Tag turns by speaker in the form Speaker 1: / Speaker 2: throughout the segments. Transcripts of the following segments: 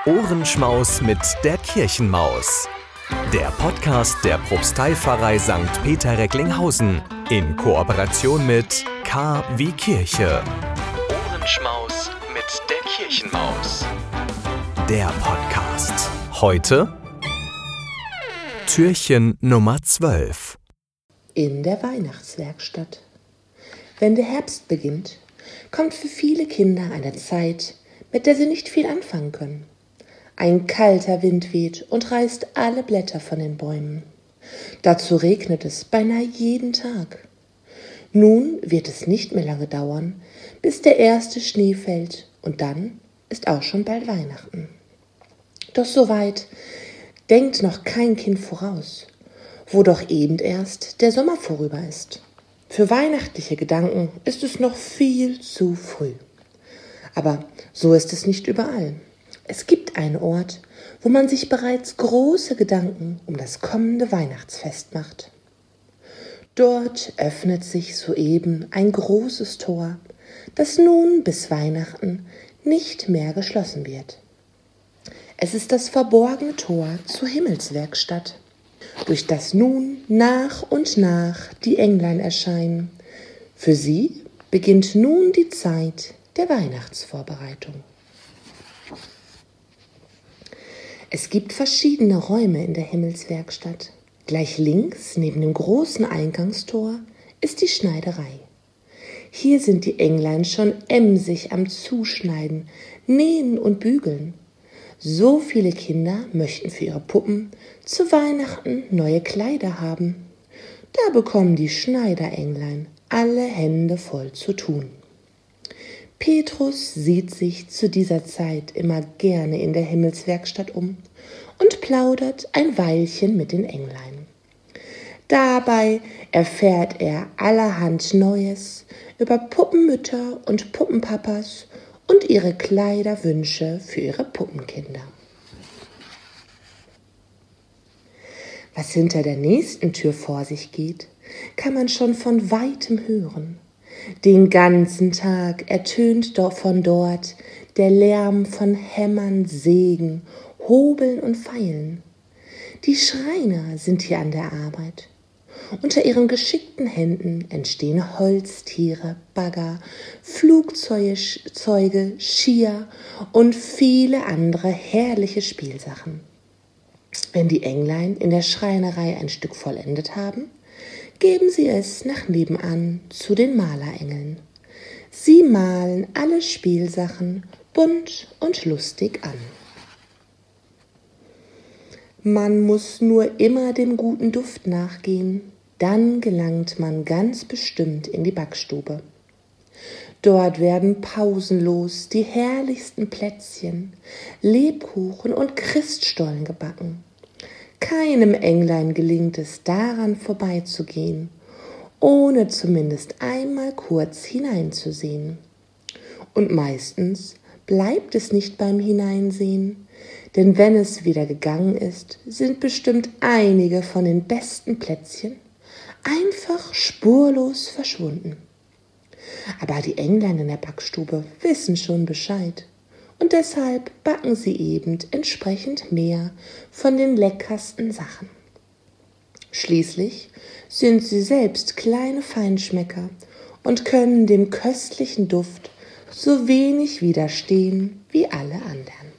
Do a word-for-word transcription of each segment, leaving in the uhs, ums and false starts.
Speaker 1: Ohrenschmaus mit der Kirchenmaus. Der Podcast der Propsteipfarrei Sankt Peter Recklinghausen in Kooperation mit K wie Kirche. Ohrenschmaus mit der Kirchenmaus. Der Podcast. Heute Türchen Nummer zwölf.
Speaker 2: In der Weihnachtswerkstatt. Wenn der Herbst beginnt, kommt für viele Kinder eine Zeit, mit der sie nicht viel anfangen können. Ein kalter Wind weht und reißt alle Blätter von den Bäumen. Dazu regnet es beinahe jeden Tag. Nun wird es nicht mehr lange dauern, bis der erste Schnee fällt, und dann ist auch schon bald Weihnachten. Doch so weit denkt noch kein Kind voraus, wo doch eben erst der Sommer vorüber ist. Für weihnachtliche Gedanken ist es noch viel zu früh. Aber so ist es nicht überall. Es gibt einen Ort, wo man sich bereits große Gedanken um das kommende Weihnachtsfest macht. Dort öffnet sich soeben ein großes Tor, das nun bis Weihnachten nicht mehr geschlossen wird. Es ist das verborgene Tor zur Himmelswerkstatt, durch das nun nach und nach die Englein erscheinen. Für sie beginnt nun die Zeit der Weihnachtsvorbereitung. Es gibt verschiedene Räume in der Himmelswerkstatt. Gleich links, neben dem großen Eingangstor, ist die Schneiderei. Hier sind die Englein schon emsig am Zuschneiden, Nähen und Bügeln. So viele Kinder möchten für ihre Puppen zu Weihnachten neue Kleider haben. Da bekommen die Schneiderenglein alle Hände voll zu tun. Petrus sieht sich zu dieser Zeit immer gerne in der Himmelswerkstatt um und plaudert ein Weilchen mit den Englein. Dabei erfährt er allerhand Neues über Puppenmütter und Puppenpapas und ihre Kleiderwünsche für ihre Puppenkinder. Was hinter der nächsten Tür vor sich geht, kann man schon von weitem hören. Den ganzen Tag ertönt von dort der Lärm von Hämmern, Sägen, Hobeln und Feilen. Die Schreiner sind hier an der Arbeit. Unter ihren geschickten Händen entstehen Holztiere, Bagger, Flugzeuge, Skier und viele andere herrliche Spielsachen. Wenn die Englein in der Schreinerei ein Stück vollendet haben, geben sie es nach nebenan zu den Malerengeln. Sie malen alle Spielsachen bunt und lustig an. Man muss nur immer dem guten Duft nachgehen, dann gelangt man ganz bestimmt in die Backstube. Dort werden pausenlos die herrlichsten Plätzchen, Lebkuchen und Christstollen gebacken. Keinem Englein gelingt es, daran vorbeizugehen, ohne zumindest einmal kurz hineinzusehen. Und meistens bleibt es nicht beim Hineinsehen, denn wenn es wieder gegangen ist, sind bestimmt einige von den besten Plätzchen einfach spurlos verschwunden. Aber die Englein in der Backstube wissen schon Bescheid. Und deshalb backen sie eben entsprechend mehr von den leckersten Sachen. Schließlich sind sie selbst kleine Feinschmecker und können dem köstlichen Duft so wenig widerstehen wie alle anderen.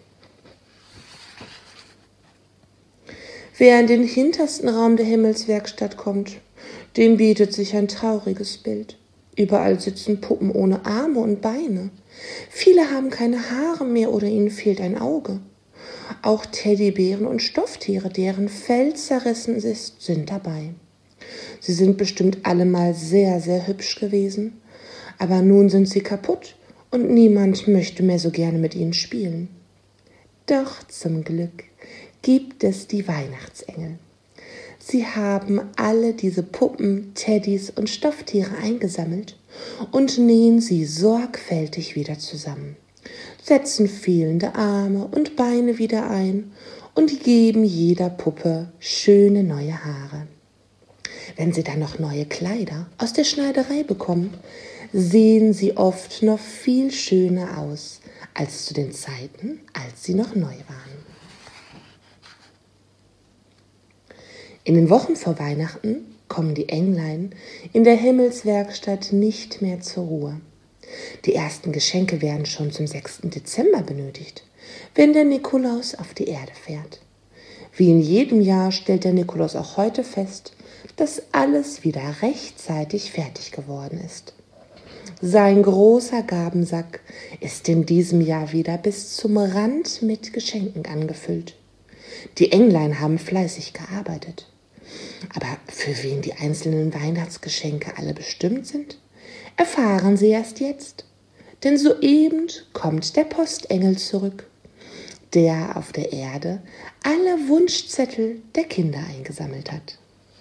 Speaker 2: Wer in den hintersten Raum der Himmelswerkstatt kommt, dem bietet sich ein trauriges Bild. Überall sitzen Puppen ohne Arme und Beine. Viele haben keine Haare mehr oder ihnen fehlt ein Auge. Auch Teddybären und Stofftiere, deren Fell zerrissen ist, sind dabei. Sie sind bestimmt alle mal sehr, sehr hübsch gewesen, aber nun sind sie kaputt und niemand möchte mehr so gerne mit ihnen spielen. Doch zum Glück gibt es die Weihnachtsengel. Sie haben alle diese Puppen, Teddys und Stofftiere eingesammelt und nähen sie sorgfältig wieder zusammen, setzen fehlende Arme und Beine wieder ein und geben jeder Puppe schöne neue Haare. Wenn sie dann noch neue Kleider aus der Schneiderei bekommen, sehen sie oft noch viel schöner aus als zu den Zeiten, als sie noch neu waren. In den Wochen vor Weihnachten kommen die Englein in der Himmelswerkstatt nicht mehr zur Ruhe. Die ersten Geschenke werden schon zum sechsten Dezember benötigt, wenn der Nikolaus auf die Erde fährt. Wie in jedem Jahr stellt der Nikolaus auch heute fest, dass alles wieder rechtzeitig fertig geworden ist. Sein großer Gabensack ist in diesem Jahr wieder bis zum Rand mit Geschenken angefüllt. Die Englein haben fleißig gearbeitet. Aber für wen die einzelnen Weihnachtsgeschenke alle bestimmt sind, erfahren Sie erst jetzt. Denn soeben kommt der Postengel zurück, der auf der Erde alle Wunschzettel der Kinder eingesammelt hat.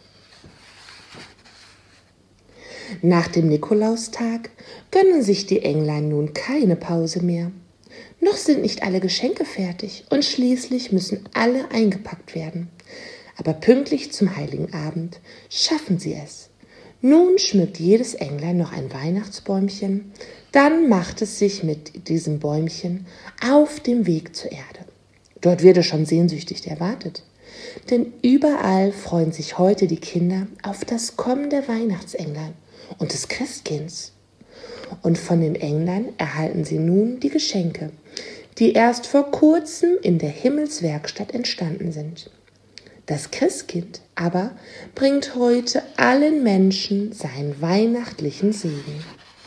Speaker 2: Nach dem Nikolaustag gönnen sich die Englein nun keine Pause mehr. Noch sind nicht alle Geschenke fertig und schließlich müssen alle eingepackt werden. Aber pünktlich zum Heiligen Abend schaffen sie es. Nun schmückt jedes Englein noch ein Weihnachtsbäumchen, dann macht es sich mit diesem Bäumchen auf dem Weg zur Erde. Dort wird es schon sehnsüchtig erwartet, denn überall freuen sich heute die Kinder auf das Kommen der Weihnachtsenglein und des Christkinds. Und von den Englein erhalten sie nun die Geschenke, die erst vor kurzem in der Himmelswerkstatt entstanden sind. Das Christkind aber bringt heute allen Menschen seinen weihnachtlichen Segen.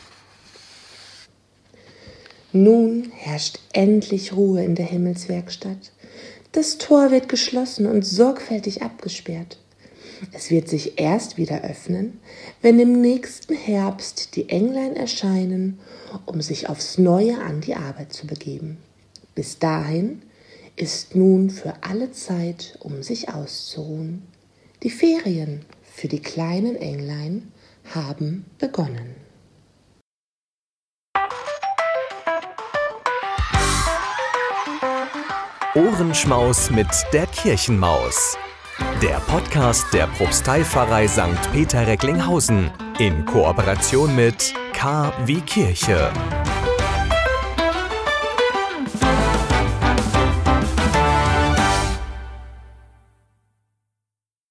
Speaker 2: Nun herrscht endlich Ruhe in der Himmelswerkstatt. Das Tor wird geschlossen und sorgfältig abgesperrt. Es wird sich erst wieder öffnen, wenn im nächsten Herbst die Englein erscheinen, um sich aufs Neue an die Arbeit zu begeben. Bis dahin ist nun für alle Zeit, um sich auszuruhen. Die Ferien für die kleinen Englein haben begonnen.
Speaker 1: Ohrenschmaus mit der Kirchenmaus. Der Podcast der Propsteipfarrei Sankt Peter Recklinghausen in Kooperation mit K wie Kirche.